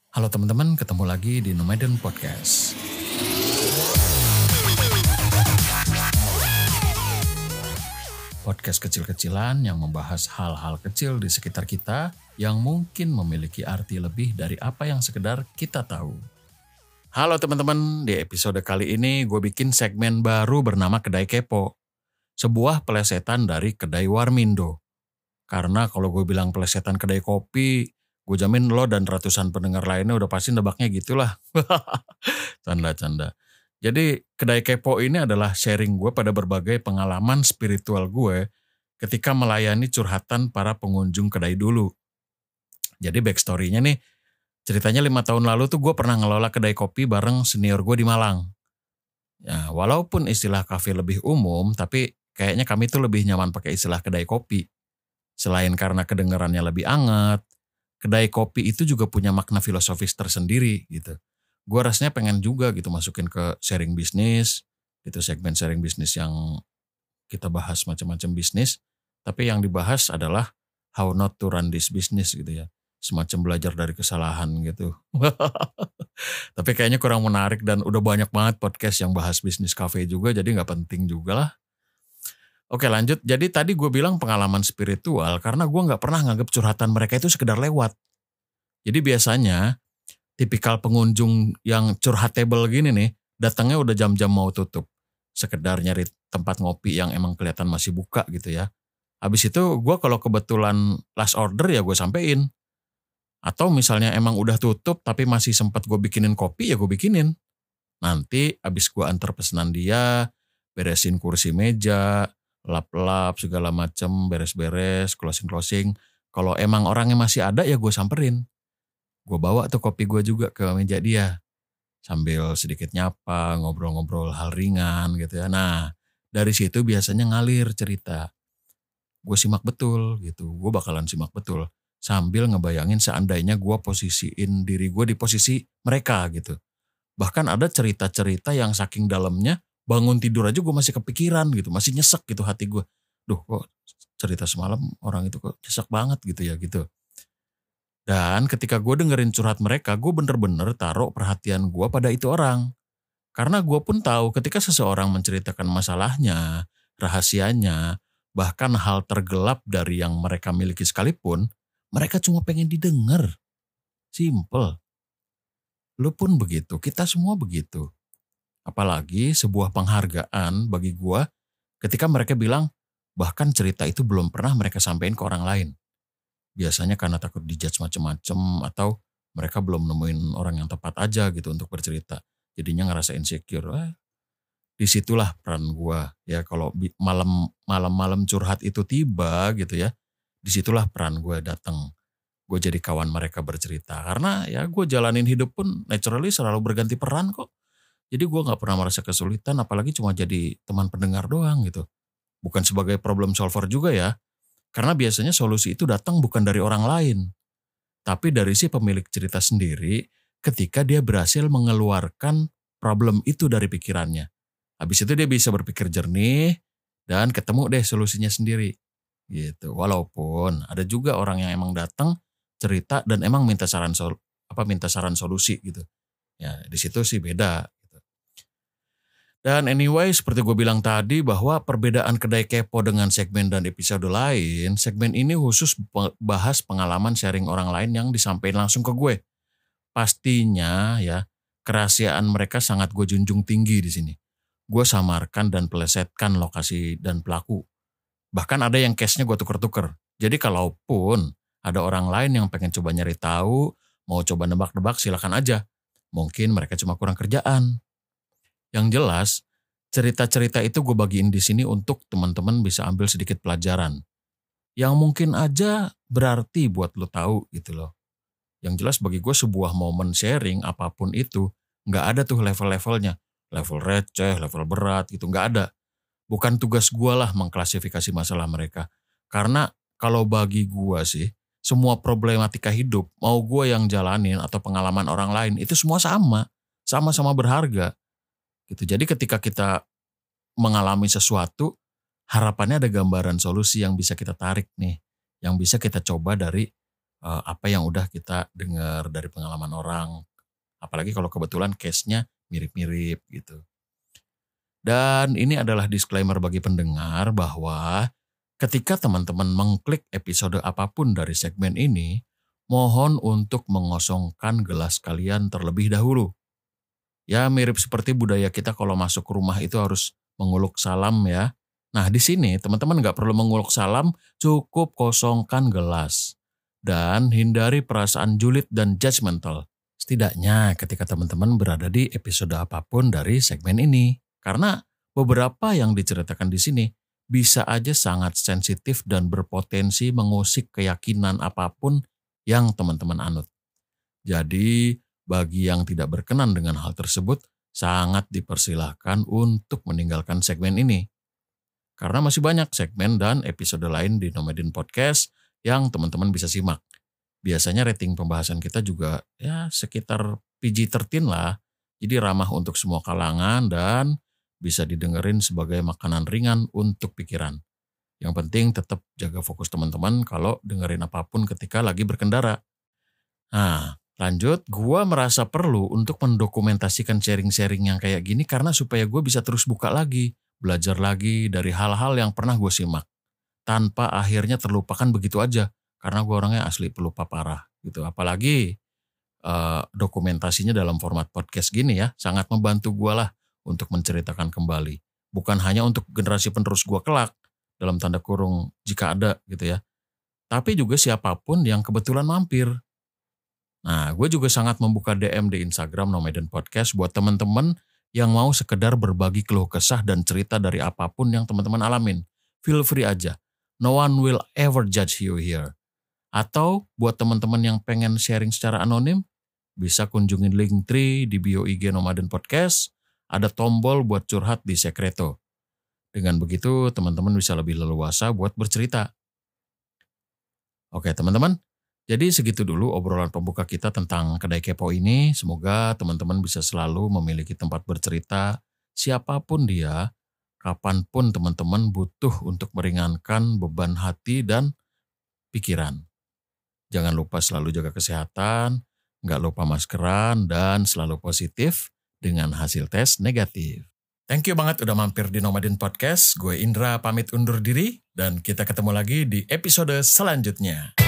Halo teman-teman, ketemu lagi di Nomaden Podcast. Podcast kecil-kecilan yang membahas hal-hal kecil di sekitar kita yang mungkin memiliki arti lebih dari apa yang sekedar kita tahu. Halo teman-teman, di episode kali ini gue bikin segmen baru bernama Kedai Kepo. Sebuah pelesetan dari Kedai Warmindo. Karena kalau gue bilang pelesetan kedai kopi, gue jamin lo dan ratusan pendengar lainnya udah pasti nebaknya gitulah. Canda-canda. Jadi Kedai Kepo ini adalah sharing gue pada berbagai pengalaman spiritual gue ketika melayani curhatan para pengunjung kedai dulu. Jadi backstory-nya nih, ceritanya 5 tahun lalu tuh gue pernah ngelola kedai kopi bareng senior gue di Malang. Ya, walaupun istilah kafe lebih umum, tapi kayaknya kami tuh lebih nyaman pakai istilah kedai kopi. Selain karena kedengarannya lebih anget, kedai kopi itu juga punya makna filosofis tersendiri gitu. Gue rasanya pengen juga gitu masukin ke sharing bisnis, gitu segmen sharing bisnis yang kita bahas macam-macam bisnis, tapi yang dibahas adalah how not to run this business gitu ya. Semacam belajar dari kesalahan gitu. Tapi kayaknya kurang menarik dan udah banyak banget podcast yang bahas bisnis cafe juga, jadi gak penting juga lah. Oke lanjut, jadi tadi gue bilang pengalaman spiritual karena gue gak pernah nganggap curhatan mereka itu sekedar lewat. Jadi biasanya tipikal pengunjung yang curhatable gini nih, datangnya udah jam-jam mau tutup. Sekedar nyari tempat ngopi yang emang kelihatan masih buka gitu ya. Habis itu gue kalau kebetulan last order ya gue sampein. Atau misalnya emang udah tutup tapi masih sempat gue bikinin kopi ya gue bikinin. Nanti abis gue antar pesanan dia, beresin kursi meja, lap-lap segala macem, beres-beres, closing-closing. Kalau emang orangnya masih ada ya gue samperin. Gue bawa tuh kopi gue juga ke meja dia. Sambil sedikit nyapa, ngobrol-ngobrol hal ringan gitu ya. Nah dari situ biasanya ngalir cerita. Gue simak betul gitu, gue bakalan simak betul. Sambil ngebayangin seandainya gue posisiin diri gue di posisi mereka gitu. Bahkan ada cerita-cerita yang saking dalamnya, bangun tidur aja gue masih kepikiran gitu, masih nyesek gitu hati gue. Duh kok cerita semalam orang itu kok nyesek banget gitu ya gitu. Dan ketika gue dengerin curhat mereka, gue bener-bener taruh perhatian gue pada itu orang. Karena gue pun tahu ketika seseorang menceritakan masalahnya, rahasianya, bahkan hal tergelap dari yang mereka miliki sekalipun, mereka cuma pengen didengar. Simple. Lu pun begitu, kita semua begitu. Apalagi sebuah penghargaan bagi gua ketika mereka bilang bahkan cerita itu belum pernah mereka sampaikan ke orang lain. Biasanya karena takut dijudge macem-macem atau mereka belum nemuin orang yang tepat aja gitu untuk bercerita. Jadinya ngerasa insecure. Disitulah peran gua ya kalau malam-malam curhat itu tiba gitu ya. Disitulah peran gua datang. Gue jadi kawan mereka bercerita. Karena ya gue jalanin hidup pun naturally selalu berganti peran kok. Jadi gue gak pernah merasa kesulitan apalagi cuma jadi teman pendengar doang gitu. Bukan sebagai problem solver juga ya. Karena biasanya solusi itu datang bukan dari orang lain. Tapi dari si pemilik cerita sendiri ketika dia berhasil mengeluarkan problem itu dari pikirannya. Habis itu dia bisa berpikir jernih dan ketemu deh solusinya sendiri. Gitu. Walaupun ada juga orang yang emang datang cerita dan emang minta saran solusi gitu. Ya, di situ sih beda gitu. Dan anyway, seperti gue bilang tadi bahwa perbedaan Kedai Kepo dengan segmen dan episode lain, segmen ini khusus bahas pengalaman sharing orang lain yang disampaikan langsung ke gue. Pastinya ya, kerahasiaan mereka sangat gue junjung tinggi di sini. Gue samarkan dan pelesetkan lokasi dan pelaku. Bahkan ada yang case-nya gue tuker-tuker. Jadi kalaupun ada orang lain yang pengen coba nyari tahu, mau coba nebak-nebak silakan aja. Mungkin mereka cuma kurang kerjaan. Yang jelas, cerita-cerita itu gue bagiin di sini untuk teman-teman bisa ambil sedikit pelajaran. Yang mungkin aja berarti buat lo tahu gitu loh. Yang jelas bagi gue sebuah momen sharing apapun itu, nggak ada tuh level-levelnya. Level receh, level berat gitu, nggak ada. Bukan tugas gue lah mengklasifikasi masalah mereka. Karena kalau bagi gue sih, semua problematika hidup, mau gue yang jalanin atau pengalaman orang lain, itu semua sama. Sama-sama berharga. Gitu. Jadi ketika kita mengalami sesuatu, harapannya ada gambaran solusi yang bisa kita tarik nih. Yang bisa kita coba dari apa yang udah kita dengar dari pengalaman orang. Apalagi kalau kebetulan case-nya mirip-mirip gitu. Dan ini adalah disclaimer bagi pendengar bahwa ketika teman-teman mengklik episode apapun dari segmen ini, mohon untuk mengosongkan gelas kalian terlebih dahulu. Ya mirip seperti budaya kita kalau masuk rumah itu harus menguluk salam ya. Nah di sini teman-teman nggak perlu menguluk salam, cukup kosongkan gelas. Dan hindari perasaan julid dan judgmental. Setidaknya ketika teman-teman berada di episode apapun dari segmen ini. Karena beberapa yang diceritakan di sini bisa aja sangat sensitif dan berpotensi mengusik keyakinan apapun yang teman-teman anut. Jadi bagi yang tidak berkenan dengan hal tersebut, sangat dipersilahkan untuk meninggalkan segmen ini. Karena masih banyak segmen dan episode lain di Nomaden Podcast yang teman-teman bisa simak. Biasanya rating pembahasan kita juga ya sekitar PG-13 lah. Jadi ramah untuk semua kalangan dan bisa didengerin sebagai makanan ringan untuk pikiran. Yang penting tetap jaga fokus teman-teman kalau dengerin apapun ketika lagi berkendara. Nah, lanjut, gua merasa perlu untuk mendokumentasikan sharing-sharing yang kayak gini karena supaya gue bisa terus buka lagi, belajar lagi dari hal-hal yang pernah gue simak. Tanpa akhirnya terlupakan begitu aja, karena gue orangnya asli pelupa parah gitu. Apalagi dokumentasinya dalam format podcast gini ya, sangat membantu gue lah untuk menceritakan kembali. Bukan hanya untuk generasi penerus gue kelak, dalam tanda kurung jika ada gitu ya. Tapi juga siapapun yang kebetulan mampir. Nah, gue juga sangat membuka DM di Instagram Nomaden Podcast buat teman-teman yang mau sekedar berbagi keluh kesah dan cerita dari apapun yang teman-teman alamin. Feel free aja. No one will ever judge you here. Atau buat teman-teman yang pengen sharing secara anonim, bisa kunjungin Linktree di bio IG Nomaden Podcast. Ada tombol buat curhat di Secreto. Dengan begitu, teman-teman bisa lebih leluasa buat bercerita. Oke, teman-teman. Jadi segitu dulu obrolan pembuka kita tentang kedai kepo ini. Semoga teman-teman bisa selalu memiliki tempat bercerita siapapun dia, kapanpun teman-teman butuh untuk meringankan beban hati dan pikiran. Jangan lupa selalu jaga kesehatan, nggak lupa maskeran, dan selalu positif dengan hasil tes negatif. Thank you banget udah mampir di Nomaden Podcast. Gue Indra pamit undur diri dan kita ketemu lagi di episode selanjutnya.